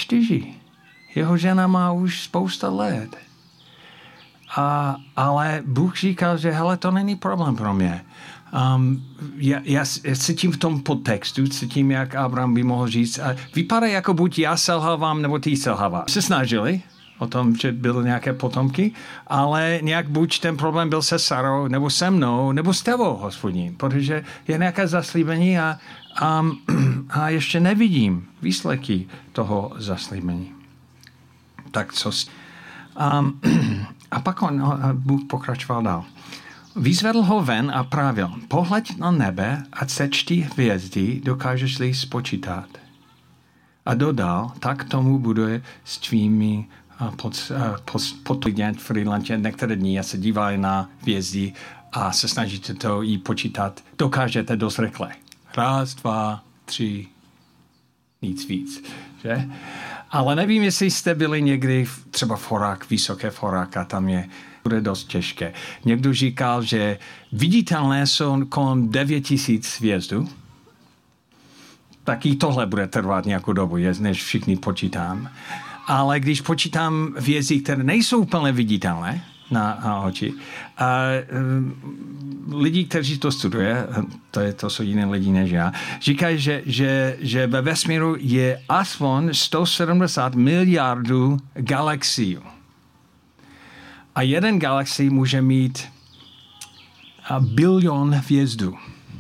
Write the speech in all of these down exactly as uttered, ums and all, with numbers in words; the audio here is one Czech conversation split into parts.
čtyři. Jeho žena má už spousta let. A, ale Bůh říkal, že hele, to není problém pro mě. Um, já, já, já cítím v tom podtextu, cítím, jak Abraham by mohl říct, a vypadá jako buď já selhávám, nebo ty selháváš. Se snažili o tom, že byly nějaké potomky, ale nějak buď ten problém byl se Sarou, nebo se mnou, nebo s tebou, Hospodin, protože je nějaké zaslíbení a, a, a ještě nevidím výsledky toho zaslíbení. Tak co... Um, a pak on, Bůh pokračoval dál. Vyzvedl ho ven a pravil, pohleď na nebe a sečti hvězdy, dokážeš-li spočítat. A dodal, tak tomu bude s tvými podlidnět freelance. Některé dny se dívají na hvězdy a se snažíte to jí počítat. Dokážete dost rychle. Raz, dva, tři, nic víc. Že? Ale nevím, jestli jste byli někdy třeba v horách, vysoké v horách a tam je bude dost těžké. Někdo říkal, že viditelné jsou kolem devět tisíc hvězdů. Tak i tohle bude trvat nějakou dobu, než všichni počítám. Ale když počítám hvězdy, které nejsou úplně viditelné na, na oči, a um, lidi, kteří to studuje, to, je, to jsou jiné lidi než já, říkají, že, že, že ve vesmíru je aspoň sto sedmdesát miliardů galaxií. A jeden galaxii může mít bilion hvězdů.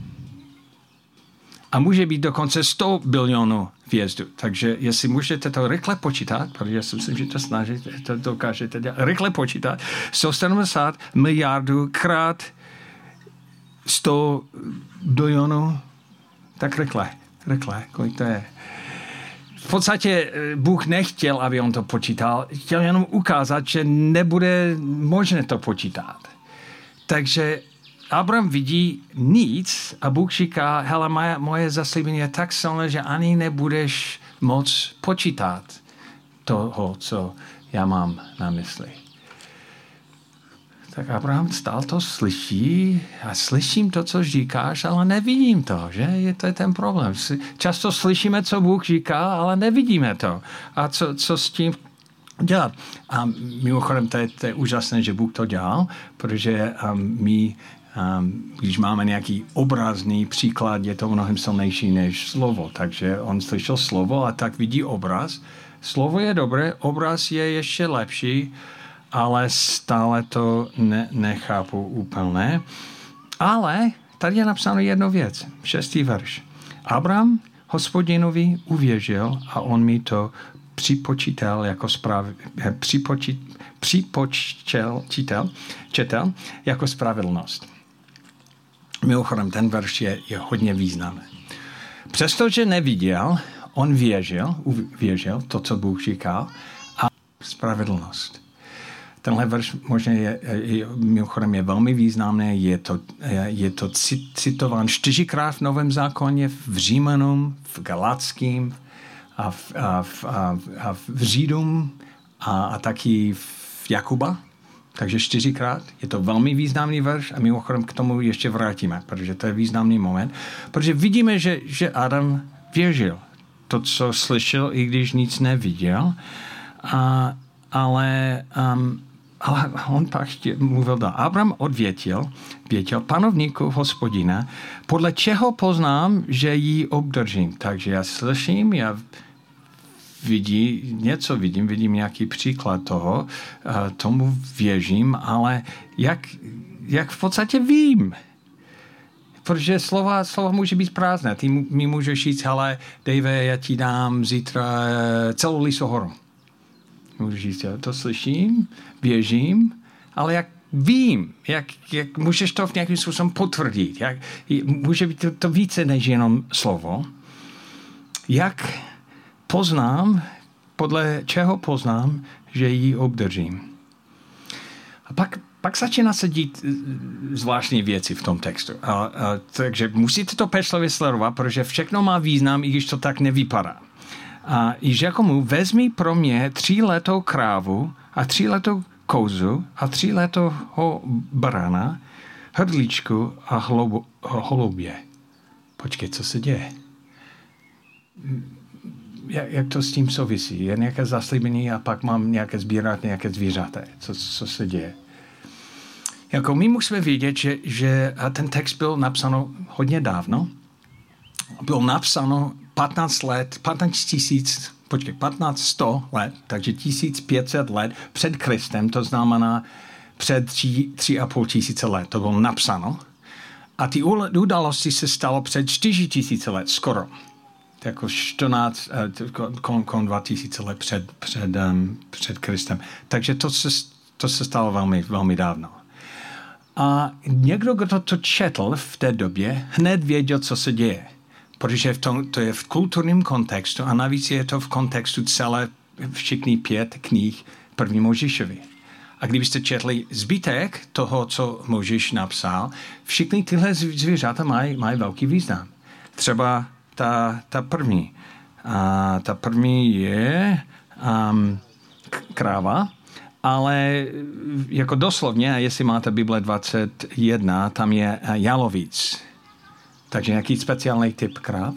A může být dokonce sto bilionů hvězdů. Takže jestli můžete to rychle počítat, protože já si myslím, že to snažíte, to dokážete dělat, rychle počítat, sto sedmdesát miliardů krát sto bilionů, tak rychle, rychle, kolik to je. V podstatě Bůh nechtěl, aby on to počítal, chtěl jenom ukázat, že nebude možné to počítat. Takže Abraham vidí nic a Bůh říká, hele, moje, moje zaslíbení je tak silné, že ani nebudeš moc počítat toho, co já mám na mysli. Tak Abraham stál to, slyší a slyším to, co říkáš, ale nevidím to, že? Je to ten problém. Často slyšíme, co Bůh říká, ale nevidíme to. A co, co s tím dělat? A mimochodem, to je, to je úžasné, že Bůh to dělal, protože um, my, um, když máme nějaký obrazný příklad, je to mnohem silnější než slovo. Takže on slyšel slovo a tak vidí obraz. Slovo je dobré, obraz je ještě lepší, ale stále to ne, nechápu úplně. Ale tady je napsáno jedno věc, šestý verš. Abraham Hospodinovi uvěřil a on mi to připočítal jako sprav, připočít, připočítal čítal, četel jako spravedlnost. Mimochodem, ten verš je, je hodně významný. Přestože neviděl, on věřil, uvěřil to, co Bůh říkal, a spravedlnost. Tenhle verš možná je, je, mimochodem je velmi významný, je to, je, je to citován čtyřikrát v Novém zákoně, v Římanům, v Galatským a v, a v, a v, a v Řídům a, a taky v Jakuba. Takže čtyřikrát. Je to velmi významný verš a mimochodem k tomu ještě vrátíme, protože to je významný moment. Protože vidíme, že, že Adam věřil to, co slyšel, i když nic neviděl. A, ale... Um, Ale on pak mluvil dál. Abram odvětil, věděl panovníku Hospodina, podle čeho poznám, že ji obdržím. Takže já slyším, já vidím, něco vidím, vidím nějaký příklad toho, tomu věřím, ale jak, jak v podstatě vím? Protože slova, slova může být prázdné. Ty mi můžeš říct, hele, Dave, já ti dám zítra celou Lisohoru. Můžu říct, já to slyším, věřím, ale jak vím, jak, jak můžeš to v nějakým způsobem potvrdit, jak, může být to, to více než jenom slovo, jak poznám, podle čeho poznám, že ji obdržím. A pak, pak začíná se dít zvláštní věci v tom textu. A, a, takže musíte to pečlivě sledovat, protože všechno má význam, i když to tak nevypadá. A i řekl mu, vezmi pro mě tříletou krávu a tříletou kouzu a tříletého barana, hrdličku a holoubě. Počkej, co se děje? jak, jak to s tím souvisí? Je nějaké zaslíbení a pak mám nějaké sbírat nějaké zvířata. Co, co se děje? Jako my musíme vědět, že, že ten text byl napsáno hodně dávno. Byl napsáno patnáct let, patnáct tisíc, počkej, patnáct sto let, takže tisíc pět set let před Kristem, to znamená před tři, tři a půl tisíce let. To bylo napsáno. A ty události se stalo před čtyři tisíce let, skoro. Jako čtrnáct, kolem dva tisíce let před, před, um, před Kristem. Takže to se, to se stalo velmi, velmi dávno. A někdo, kdo to četl v té době, hned věděl, co se děje. Protože v tom, to je v kulturním kontextu a navíc je to v kontextu celé všechny pět knih první Mojžíšovi. A kdybyste četli zbytek toho, co Mojžíš napsal, všechny tyhle zvířata mají, mají velký význam. Třeba ta, ta první. A ta první je um, kráva, ale jako doslovně, jestli máte Bible dvacet jedna, tam je jalovíc. Takže nějaký speciální typ kráv.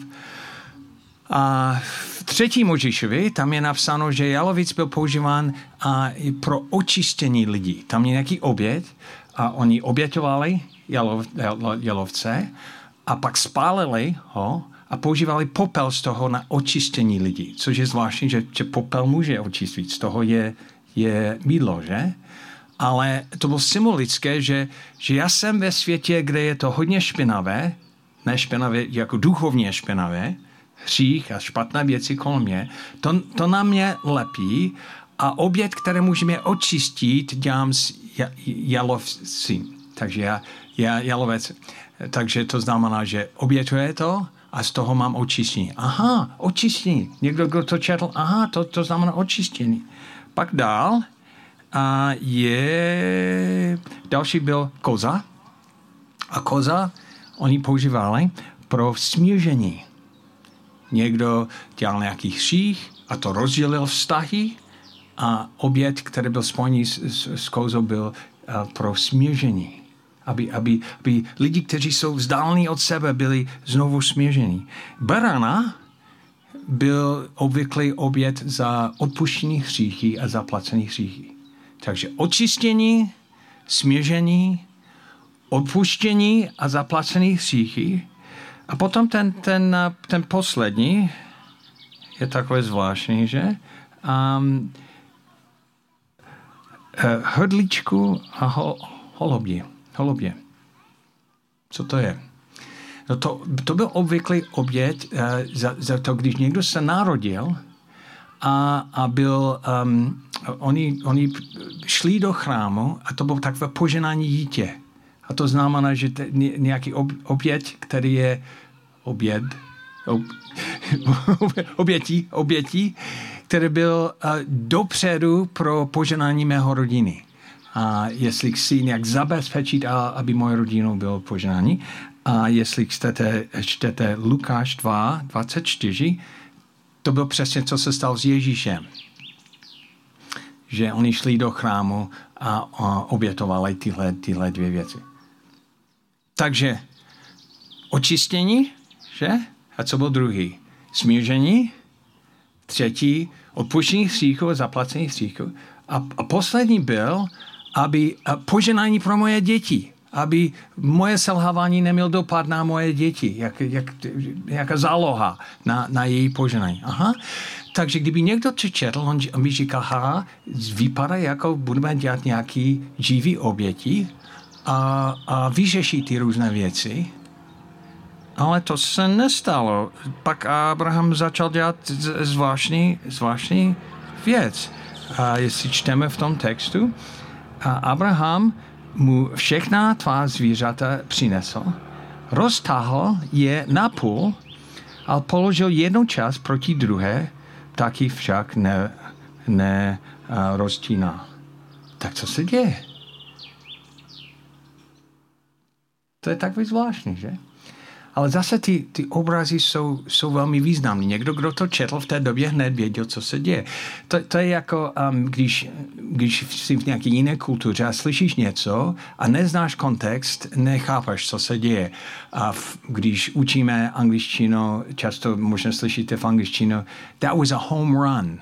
A v třetí Mojžíšovi tam je napsáno, že jalovíc byl používán a, pro očištění lidí. Tam je nějaký oběd a oni obětovali jalov, jalovce a pak spálili ho a používali popel z toho na očištění lidí. Což je zvláštní, že, že popel může očistit. Z toho je, je mýdlo, že? Ale to bylo symbolické, že, že já jsem ve světě, kde je to hodně špinavé, ne špinavé, jako duchovně špinavé, hřích a špatné věci kolem mě, to, to na mě lepí a oběd, které můžeme očistit, dělám s jalovci. Takže já, já jalovec. Takže to znamená, že obětuje to a z toho mám očištění. Aha, očištění. Někdo, kdo to četl, aha, to, to znamená očištění. Pak dál a je, další byl koza. A koza oni používali pro smíření. Někdo dělal nějaký hřích a to rozdělil vztahy a oběd, který byl spojený s, s, s kozou, byl uh, pro smíření. Aby, aby, aby lidi, kteří jsou vzdálení od sebe, byli znovu smíření. Barana byl obvyklý oběd za odpuštění hříchy a zaplacený hříchy. Takže očištění, smíření, odpuštění a zaplacený hříchy. A potom ten, ten, ten poslední je takový zvláštní, že? Um, hrdličku a ho, holubě. holubě. Co to je? No to, to byl obvyklý oběd uh, za, za to, když někdo se narodil a, a byl, um, oni, oni šli do chrámu a to bylo takové poženání dítě. A to znamená, že te, nějaký ob, oběd, který je oběd, ob, obětí, obětí, který byl uh, dopředu pro poženání mého rodiny. A jestli chci nějak zabezpečit, a, aby moje rodinou bylo poženání, a jestli chcete, čtete Lukáš dva, dvacet čtyři, to bylo přesně, co se stalo s Ježíšem. Že oni šli do chrámu a, a obětovali tyhle, tyhle dvě věci. Takže očištění, že? A co byl druhý? Smíření. Třetí, odpuštění hříchu a zaplacení hříchu. A, a poslední byl, aby poženání pro moje děti. Aby moje selhávání neměl dopad na moje děti. Jak, jak, jaká záloha na, na její poženání. Aha. Takže kdyby někdo to četl, on, on by říkal, aha, vypadá, jako budeme dělat nějaký živý oběti a, a vyřešit ty různé věci. Ale to se nestalo. Pak Abraham začal dělat zvláštní, zvláštní věc. A jestli čteme v tom textu, a Abraham mu všechna tvá zvířata přinesl, roztáhl je na půl a položil jednu část proti druhé, taky však ne, ne uh, roztíná. Tak co se děje? To je takový zvláštní, že? ale zase ty, ty obrazy jsou, jsou velmi významné. Někdo, kdo to četl v té době, hned věděl, co se děje. To, to je jako, um, když, když jsi v nějaké jiné kultuře a slyšíš něco a neznáš kontext, nechápeš, co se děje. A v, když učíme angličtinu, často možná slyšíte v angličtinu, that was a home run.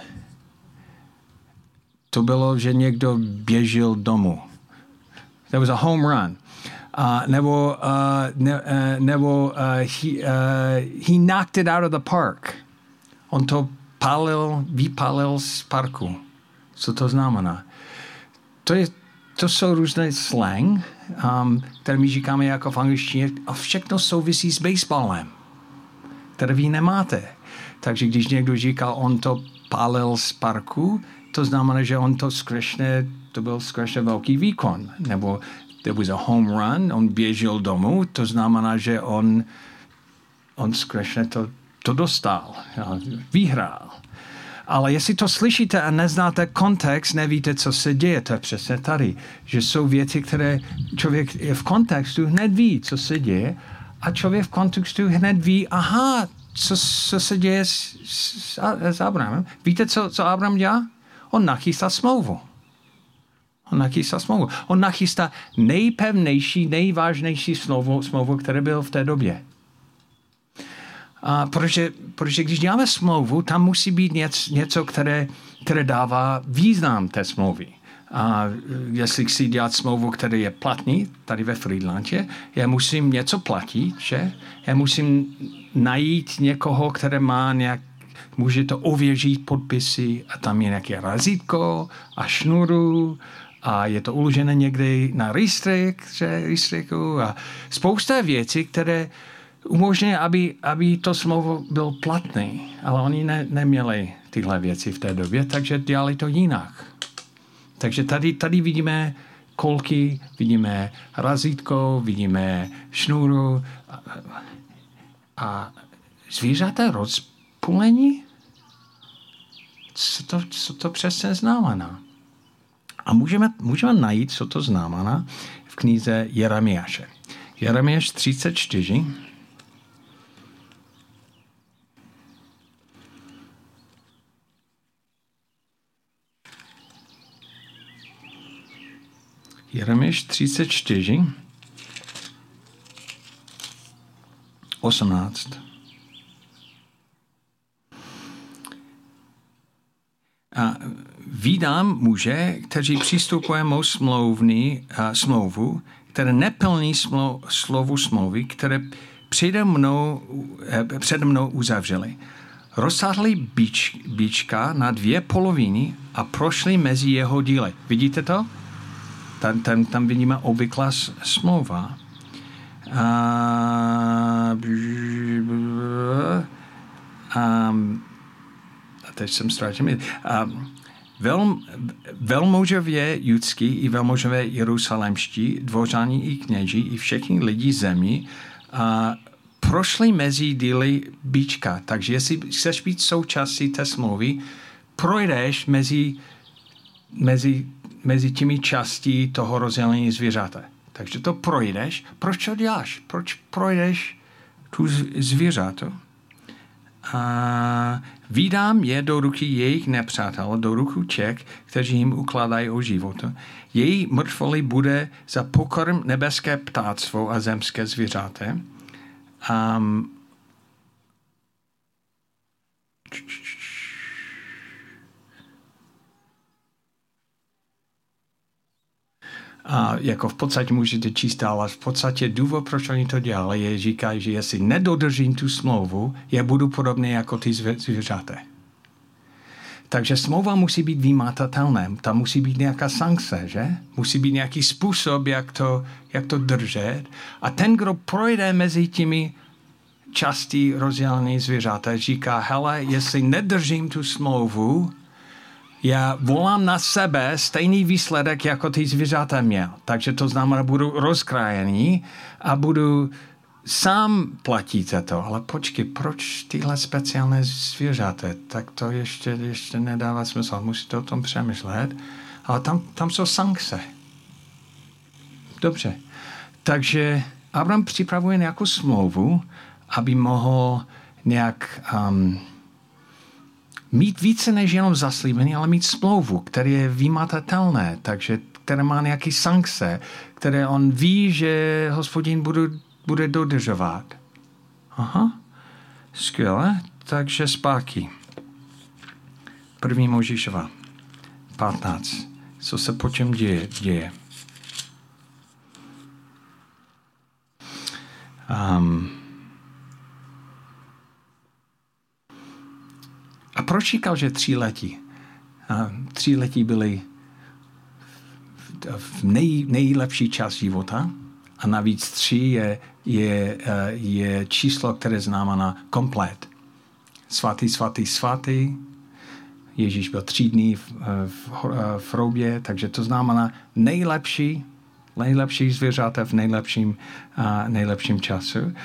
To bylo, že někdo běžel domů. That was a home run. Uh, nebo uh, ne, uh, nebo uh, he, uh, he knocked it out of the park. On to palil, vypálil z parku. Co to znamená? To, je, to jsou různé slang, um, které my říkáme jako v angličtině, a všechno souvisí s baseballem, které vy nemáte. Takže když někdo říkal, on to pálil z parku, to znamená, že on to skutečně, to byl skutečně velký výkon. Nebo there was a home run, on běžel domů, to znamená, že on, on skutečně to, to dostal, vyhrál. Ale jestli to slyšíte a neznáte kontext, nevíte, co se děje, to je přesně tady. Že jsou věci, které člověk je v kontextu, hned ví, co se děje, a člověk v kontextu hned ví, aha, co, co se děje s, s, s Abrahamem. Víte, co, co Abraham dělá? On nachystá smlouvu. On nachystá smlouvu. On nachystá nejpevnější, nejvážnější smlouvu, smlouvu, které bylo v té době. A protože, protože když děláme smlouvu, tam musí být něco, něco které, které dává význam té smlouvy. A jestli chci dělat smlouvu, která je platný, tady ve Frýdlantě, já musím něco platit, že? Já musím najít někoho, které má nějak, může to ověřit podpisy a tam je nějaké razítko a šnuru a je to uložené někde na rejstřík, že? Rejstříku a spousta věcí, které umožňuje, aby, aby to smlouvo byl platný, ale oni ne, neměli tyhle věci v té době, takže dělali to jinak. Takže tady, tady vidíme kolky, vidíme razítko, vidíme šnuru a, a zvířata rozpůlení? Co to, co to přesně znamená? A můžeme, můžeme najít, co to znamená v knize Jeremiáše. Jeremiáš třicet čtyři. Jeremiáš třicet čtyři, osmnáct. A vídám muže, kteří přistupují mou smlouvní, a smlouvu, které neplní smlou, slovu smlouvy, které přede mnou, před mnou uzavřeli. Rozsáhli bič, bička na dvě poloviny a prošli mezi jeho díly. Vidíte to? Tam, tam, tam vidíme obvyklá smlouva. A, a, a teď jsem ztratil. Vel, velmožově judský i velmožové jeruzalémští, dvořani i kněži i všichni lidi zemí a prošli mezi díly bička. Takže jestli chceš být součástí té smlouvy, projdeš mezi, mezi mezi těmi částí toho rozdělení zvířata. Takže to projdeš. Proč to děláš? Proč projdeš tu zvířatu? A vydám je do ruky jejich nepřátel, do ruku těch, kteří jim ukládají o život. Její mrtvoly bude za pokrm nebeské ptáctvo a zemské zvířata. Um, A jako v podstatě můžete číst, ale v podstatě důvod, proč oni to dělali, je, říkají, že jestli nedodržím tu smlouvu, já budu podobný jako ty zvířata. Takže smlouva musí být vymahatelná, tam musí být nějaká sankce, že? Musí být nějaký způsob, jak to, jak to držet. A ten, kdo projde mezi těmi části rozdělených zvířata, říká, hele, jestli nedržím tu smlouvu, já volám na sebe stejný výsledek, jako ty zvířata měl. Takže to znamená, budu rozkrájený a budu sám platit za to. Ale počkej, proč tyhle speciální zvířata? Tak to ještě, ještě nedává smysl. Musíte o tom přemýšlet. Ale tam, tam jsou sankce. Dobře. Takže Abraham připravuje nějakou smlouvu, aby mohl nějak um, mít více než jenom zaslíbení, ale mít smlouvu, která je vymahatelné, takže které má nějaké sankce, které on ví, že Hospodin bude, bude dodržovat. Aha, skvěle, takže zpátky. První Mojžíšova, patnáct. Co se po čem děje? děje. Um, a proč říkal, že tři letí? A tři letí byly v nej, nejlepší čas života a navíc tři je, je, je číslo, které znamená komplet. Svatý, svatý, svatý. Ježíš byl tři dny v, v, v roubě, takže to znamená nejlepší, nejlepší zvěřata v nejlepším, uh, nejlepším času. Uh,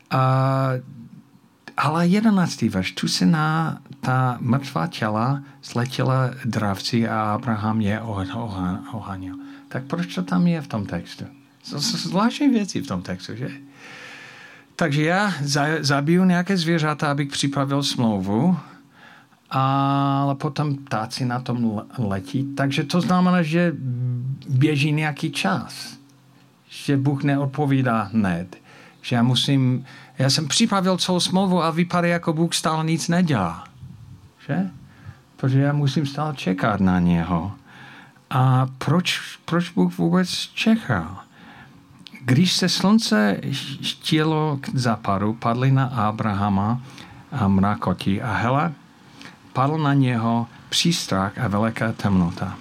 ale jedenáctý verš, tu se na ta mrtvá těla sletěla dravci a Abraham je oháněl. Tak proč to tam je v tom textu? To jsou zvláštní věci v tom textu, že? Takže já zabiju nějaké zvěřata, abych připravil smlouvu, ale potom ptáci na tom letí. Takže to znamená, že běží nějaký čas. Že Bůh neodpovídá hned. Že já musím, já jsem připravil celou smlouvu a vypadá, jako Bůh stále nic nedělá. Že? Protože já musím stále čekat na něho. A proč, proč Bůh vůbec čekal? Když se slunce chtělo k západu, padly na Abrahama a mrakoti a hele, padl na něho přístrach a veliká temnota.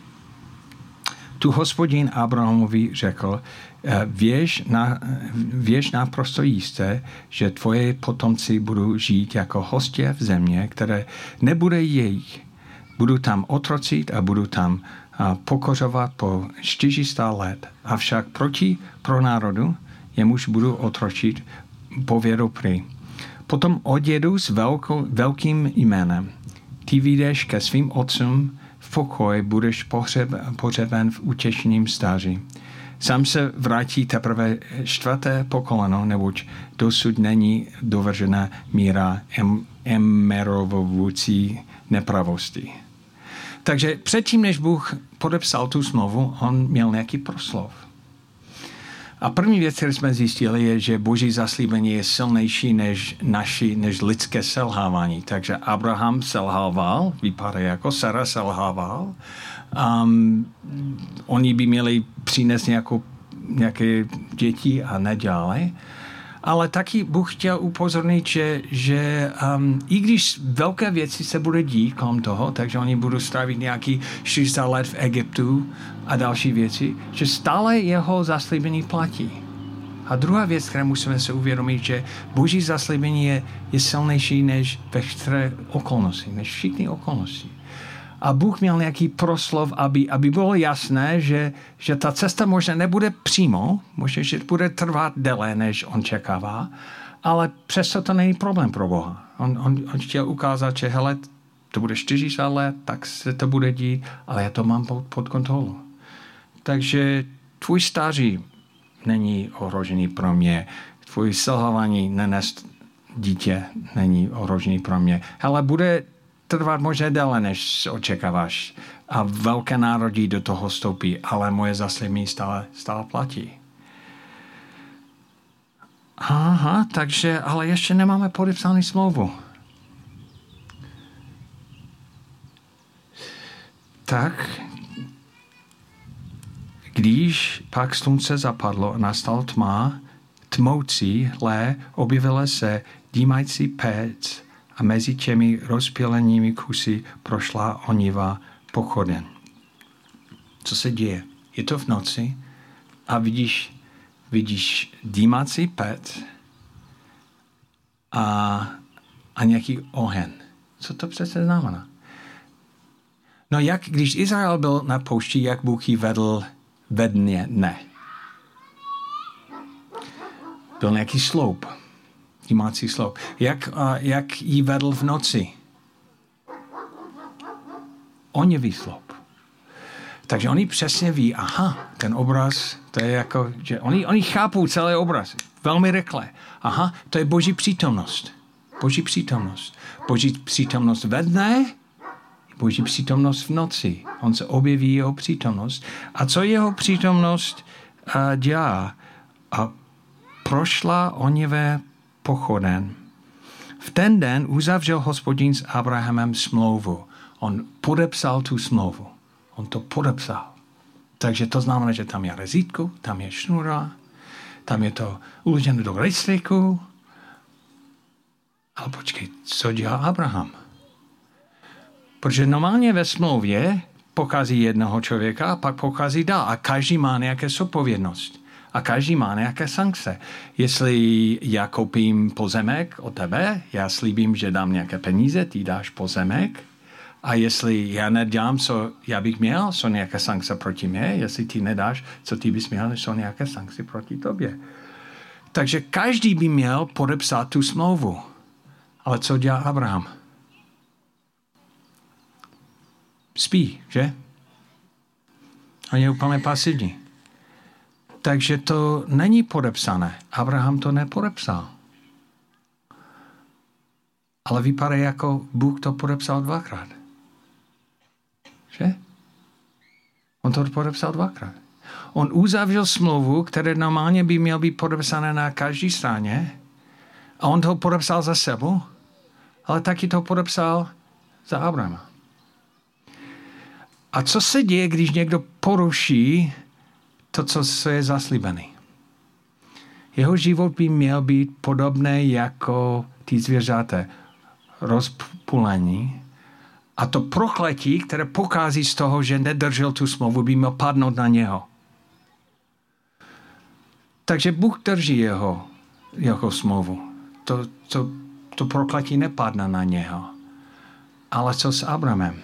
Tu Hospodin Abrahamovi řekl, věž, na, věž naprosto jisté, že tvoje potomci budou žít jako hostě v země, které nebude jejich. Budu tam otrocit a budu tam pokořovat po čtyři sta let. Avšak proti pro národu, jemuž budu otročit, povědu prý. Potom odjedu s velkou, velkým jménem. Ty vyjdeš ke svým otcům v pokoji, budeš pohřeb, pohřeben v utěšeným stáří. Sám se vrátí teprve čtvrté pokoleno, neboť dosud není dovržená míra em, emerovující nepravosti. Takže předtím, než Bůh podepsal tu smlouvu, on měl nějaký proslov. A první věc, kterou jsme zjistili, je, že Boží zaslíbení je silnější než naši, než lidské selhávání. Takže Abraham selhával, vypadá jako Sara selhával. Um, oni by měli přinést nějakou, nějaké děti a nedělali. Ale taky Bůh chtěl upozornit, že, že um, i když velké věci se bude dít kolem toho, takže oni budou strávit nějaký čtyři sta let v Egyptu a další věci, že stále jeho zaslíbení platí. A druhá věc, kterou musíme se uvědomit, že Boží zaslíbení je, je silnější než veškeré okolnosti, než všechny okolnosti. A Bůh měl nějaký proslov, aby, aby bylo jasné, že, že ta cesta možná nebude přímo, možná, že bude trvat déle, než on čekává, ale přesto to není problém pro Boha. On, on, on chtěl ukázat, že hele, to bude čtyři sta let, tak se to bude dít, ale já to mám pod, pod kontrolou. Takže tvůj stáří není ohrožený pro mě, tvůj selhávání nenést dítě není ohrožený pro mě. Hele, bude trvat možná déle, než očekáváš. A velké národy do toho vstoupí, ale moje zaslíbení stále, stále platí. Aha, takže, ale ještě nemáme podepsanou smlouvu. Tak, když pak slunce zapadlo a nastal tma, tmoucí, hle, objevila se dýmající pec, a mezi těmi rozpělenými kusy prošla oniva pochoden. Co se děje? Je to v noci a vidíš, vidíš dýmací pec a, a nějaký oheň. Co to přece znamená? No jak, když Izrael byl na poušti, jak Bůh ji vedl ve dně? Ne. Byl nějaký sloup. Dýmací sloup. Jak, uh, jak jí vedl v noci? Ohnivý sloup. Takže oni přesně ví, aha, ten obraz, to je jako, že oni, oni chápou celý obraz, velmi rychle. Aha, to je Boží přítomnost. Boží přítomnost. Boží přítomnost ve dne, Boží přítomnost v noci. On se objeví jeho přítomnost. A co jeho přítomnost uh, dělá? A prošla onivé pochoden. V ten den uzavřel Hospodin s Abrahamem smlouvu. On podepsal tu smlouvu. On to podepsal. Takže to znamená, že tam je razítko, tam je šnura, tam je to uložené do rejstříku. Ale počkej, co dělá Abraham? Protože normálně ve smlouvě pochází jednoho člověka a pak pochází dál. A každý má nějaké zodpovědnost. A každý má nějaké sankce. Jestli já koupím pozemek od tebe, já slíbím, že dám nějaké peníze, ty dáš pozemek. A jestli já nedělám, co já bych měl, jsou nějaké sankce proti mě. Jestli ty nedáš, co ty bys měl, jsou nějaké sankce proti tobě. Takže každý by měl podepsat tu smlouvu. Ale co dělá Abraham? Spí, že? On je úplně pasivní. Takže to není podepsané. Abraham to nepodepsal. Ale vypadá, jako Bůh to podepsal dvakrát. Že? On to podepsal dvakrát. On uzavřel smlouvu, která normálně by měla být podepsaná na každé straně, a on to podepsal za sebou, ale taky to podepsal za Abrahama. A co se děje, když někdo poruší to, co je zaslíbený? Jeho život by měl být podobný jako ty zvěřata, rozpůlení. A to prokletí, které pochází z toho, že nedržel tu smlouvu, by měl padnout na něho. Takže Bůh drží jeho, jeho smlouvu. To, to, to prokletí nepadne na něho. Ale co s Abrahamem?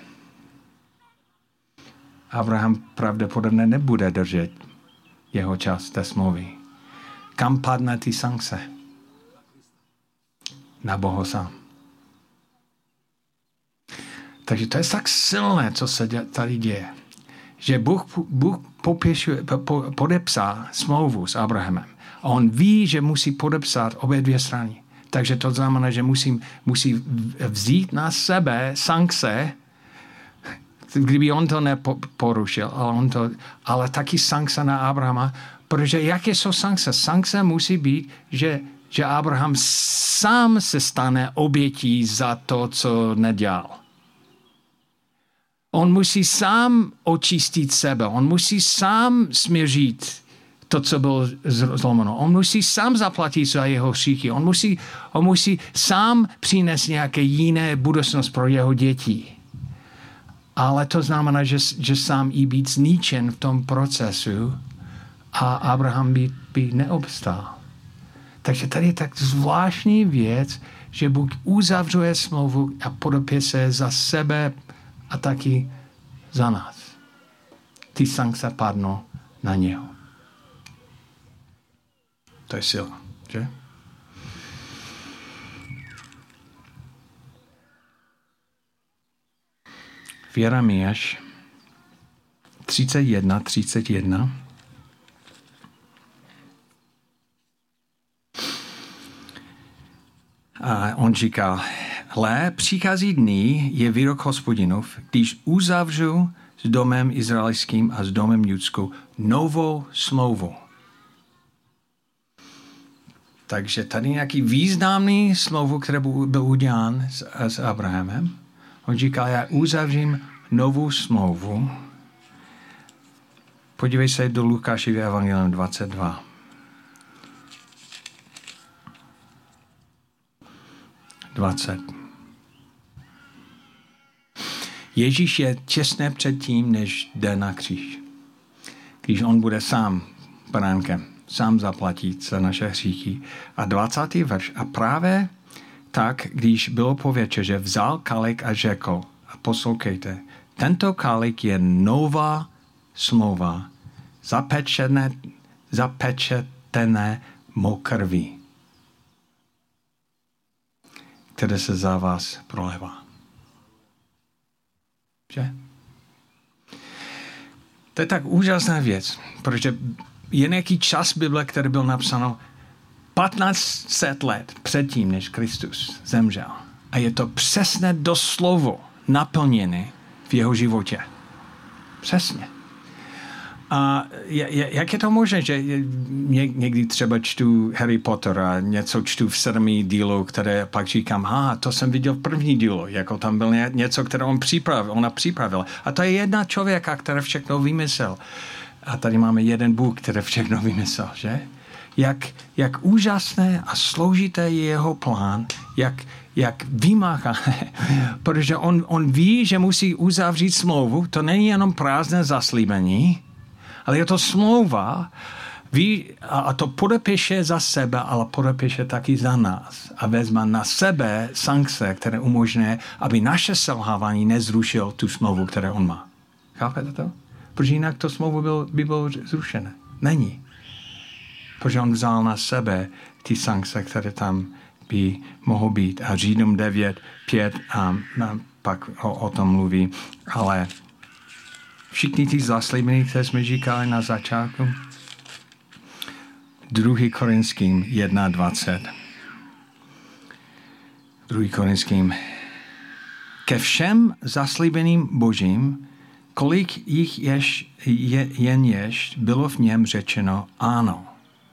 Abraham pravděpodobně nebude držet jeho část té smlouvy. Kam padne ty sankce? Na Boha sám. Takže to je tak silné, co se tady děje. Že Bůh, Bůh popěšuje, po, podepsal smlouvu s Abrahamem. A on ví, že musí podepsat obě dvě strany. Takže to znamená, že musí, musí vzít na sebe sankce, kdyby on to neporušil, ale, on to, ale taky sankce na Abrahama, protože jaké jsou sankce? Sankce musí být, že, že Abraham sám se stane obětí za to, co nedělal. On musí sám očistit sebe, on musí sám směřit to, co bylo zlomeno. On musí sám zaplatit za jeho hříchy, on musí, on musí sám přinést nějaké jiné budoucnost pro jeho děti. Ale to znamená, že, že sám i být zničen v tom procesu a Abraham by, by neobstál. Takže tady je tak zvláštní věc, že Bůh uzavřuje smlouvu a podepíše za sebe a taky za nás. Ty sankce padnou na něho. To je sila, že? V Jeremiáš třicet jedna třicet jedna a on říká, hle, přichází dny, je výrok Hospodinův, když uzavřu s domem izraelským a s domem judskou novou smlouvu. Takže tady nějaký významný smlouvu, který byl udělán s, s Abrahamem. On říká, já uzavřím novou smlouvu. Podívej se do Lukášovy evangelium dvacet dva. dvacet. Ježíš je těsně před tím, než jde na kříž. Když on bude sám beránkem, sám zaplatit za naše hříchy. A dvacátý verš. A právě tak, když bylo po večeře, vzal kalich a řekl, a poslouchejte, tento kalich je nová smlouva, zapečené, zapečetené mou krví, které se za vás prolévá. Že? To je tak úžasná věc, protože je nějaký čas Bible, který byl napsáno patnáct set let předtím, než Kristus zemřel. A je to přesně doslovo naplněné v jeho životě. Přesně. A jak je to možné, že někdy třeba čtu Harry Potter a něco čtu v sedmi dílu, které pak říkám, ha, to jsem viděl v první dílu, jako tam byl něco, které on připravil, ona připravila. A to je jedna člověka, která všechno vymyslel. A tady máme jeden Bůh, který všechno vymyslel, že? Jak, jak úžasné a složité je jeho plán, jak, jak vymáhá. Protože on, on ví, že musí uzavřít smlouvu, to není jenom prázdné zaslíbení, ale je to smlouva, ví, a to podepíše za sebe, ale podepíše taky za nás. A vezme na sebe sankce, které umožňuje, aby naše selhávání nezrušil tu smlouvu, kterou on má. Chápete to? Protože jinak to smlouvu byl, by bylo zrušené. Není. Protože on vzal na sebe ty sankce, které tam by mohou být. A Židům devět pět a, a pak o, o tom mluví. Ale všichni ty zaslíbení, které jsme říkali na začátku, druhý Korinským jedna dvacet. druhý Korinským. Ke všem zaslíbeným Božím, kolik jich jež, je, jen ještě bylo v něm řečeno ano.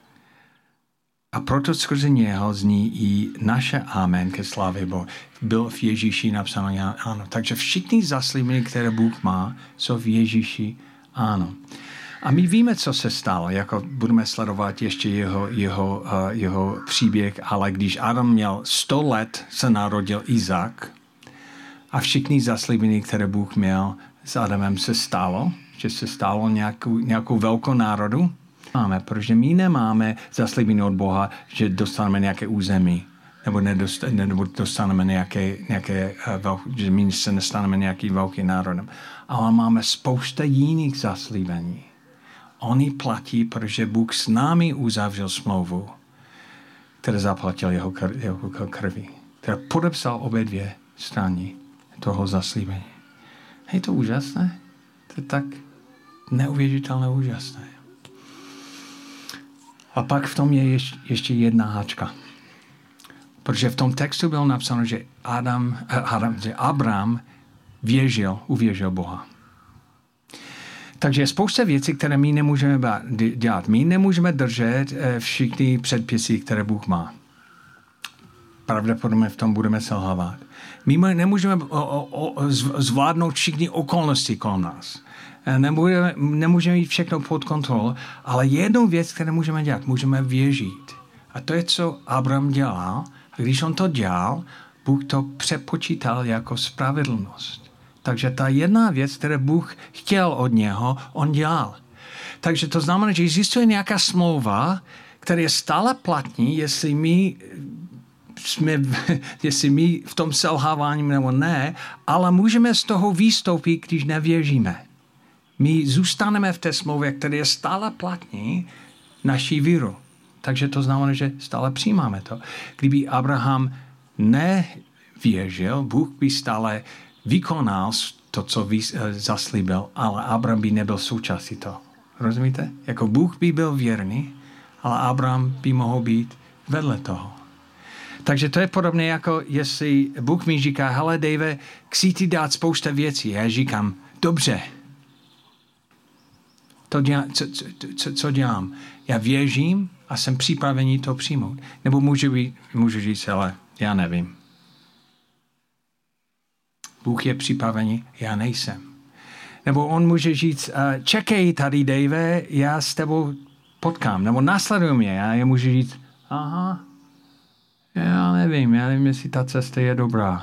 A proto skrze něho zní i naše amen ke slávě Boha. Bylo v Ježíši napsáno ano. Takže všichni zaslíbení, které Bůh má, jsou v Ježíši ano. A my víme, co se stalo, jako budeme sledovat ještě jeho, jeho, uh, jeho příběh, ale když Adam měl sto let, se narodil Izák a všichni zaslíbení, které Bůh měl s Adamem, se stalo, že se stalo nějakou, nějakou velkou národu. Máme, protože my nemáme zaslíbení od Boha, že dostaneme nějaké území, nebo, nedost, nebo dostaneme nějaké, nějaké uh, že my se nestaneme nějaký velký národem. Ale máme spousta jiných zaslíbení. Oni platí, protože Bůh s námi uzavřel smlouvu, které zaplatil jeho, kr, jeho krví, které podepsal obě dvě strany toho zaslíbení. Je to úžasné? To je tak neuvěřitelné úžasné. A pak v tom je ještě, ještě jedna háčka. Protože v tom textu bylo napsáno, že, Adam, Adam, že Abraham věřil, uvěřil Boha. Takže je spousta věcí, které my nemůžeme dělat. My nemůžeme držet všechny předpisy, které Bůh má. Pravděpodobně v tom budeme selhávat. My nemůžeme zvládnout všechny okolnosti kolem nás. Nemůžeme, nemůžeme mít všechno pod kontrolou, ale jednou věc, kterou můžeme dělat, můžeme věřit. A to je, co Abraham dělal. A když on to dělal, Bůh to přepočítal jako spravedlnost. Takže ta jedna věc, kterou Bůh chtěl od něho, on dělal. Takže to znamená, že existuje nějaká smlouva, která je stále platní, jestli my jsme, jestli my v tom selhávání nebo ne, ale můžeme z toho vystoupit, když nevěříme. My zůstaneme v té smlouvě, která je stále platní, naší víru. Takže to znamená, že stále přijímáme to. Kdyby Abraham nevěřil, Bůh by stále vykonal to, co zaslíbil, ale Abraham by nebyl součástí toho. Rozumíte? Jako Bůh by byl věrný, ale Abraham by mohl být vedle toho. Takže to je podobné, jako jestli Bůh mi říká, hele Dave, chci ti dát spousta věcí. Já říkám, dobře. To dělám, co, co, co dělám? Já věřím a jsem připravený to přijmout. Nebo můžu, být, můžu říct, ale já nevím. Bůh je připravený, já nejsem. Nebo on může říct, čekej tady, Dave, já s tebou potkám. Nebo následuj mě. Já je můžu říct, aha, já nevím, já nevím, jestli ta cesta je dobrá.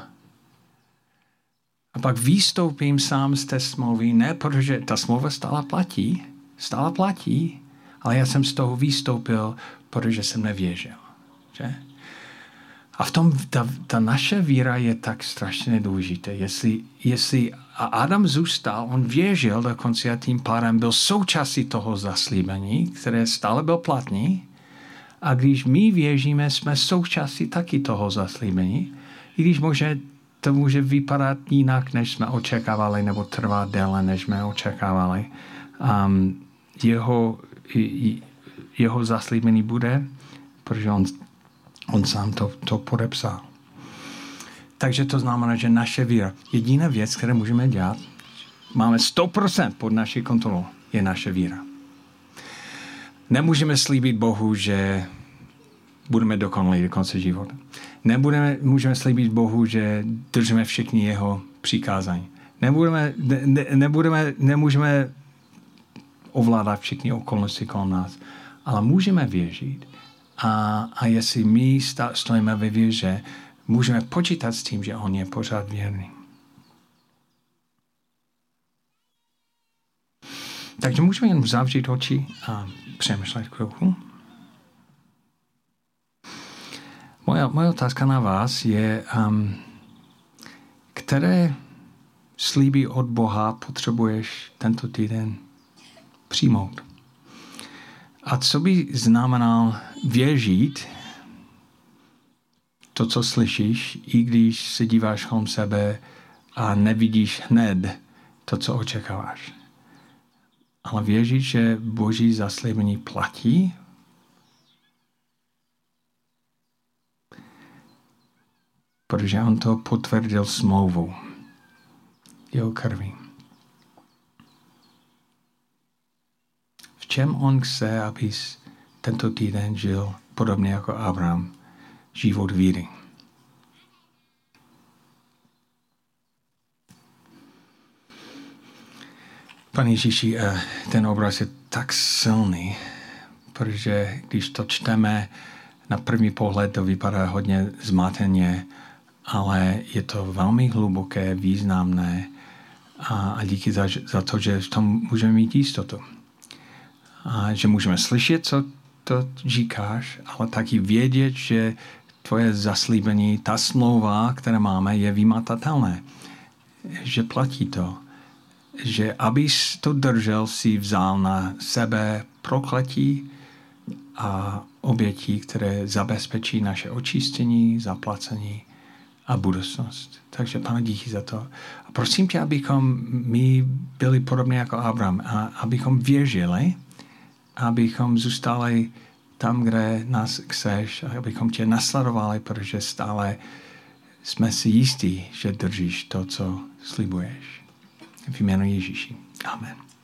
A pak vystoupím sám z té smlouvy, ne, protože ta smlouva stále platí, stále platí, ale já jsem z toho vystoupil, protože jsem nevěřil. Že? A v tom ta, ta naše víra je tak strašně důležitá. Jestli, jestli Adam zůstal, on věřil dokonce a tím pádem byl součástí toho zaslíbení, které stále byl platný. A když my věříme, jsme součástí taky toho zaslíbení, i když může, to může vypadat jinak, než jsme očekávali, nebo trvat déle, než jsme očekávali. um, jeho, jeho zaslíbení bude, protože on, on sám to, to podepsal. Takže to znamená, že naše víra, jediná věc, kterou můžeme dělat, máme sto procent pod naší kontrolou, je naše víra. Nemůžeme slíbit Bohu, že budeme dokonalí do konce života. Nebudeme, můžeme slíbit Bohu, že držíme všechny jeho přikázání. Nebudeme, ne, nebudeme, nemůžeme ovládat všechny okolnosti kolem nás, ale můžeme věřit. A, a jestli my stojíme ve víře, můžeme počítat s tím, že on je pořád věrný. Takže můžeme jen zavřít oči a přemýšlet chvilku. Moje, moje otázka na vás je, um, které slíby od Boha potřebuješ tento týden přijmout? A co by znamenal věřit to, co slyšíš, i když se díváš kolem sebe a nevidíš hned to, co očekáváš? Ale věřit, že Boží zaslíbení platí? Protože on to potvrdil smlouvou jeho krví. V čem on chce, abys tento týden žil podobně jako Abraham, život víry? Pane Ježíši, ten obraz je tak silný, protože když to čteme, na první pohled to vypadá hodně zmateně, ale je to velmi hluboké, významné a, a díky za, za to, že v tom můžeme mít jistotu. A že můžeme slyšet, co to říkáš, ale taky vědět, že tvoje zaslíbení, ta smlouva, které máme, je vymahatelné. Že platí to. Že abys to držel, si vzal na sebe prokletí a obětí, které zabezpečí naše očištění, zaplacení a budoucnost. Takže, Pane, díky za to. A prosím tě, abychom my byli podobně jako Abraham a abychom věřili, abychom zůstali tam, kde nás chceš, a abychom tě nasledovali, protože stále jsme si jistí, že držíš to, co slibuješ. V jménu Ježíši. Amen.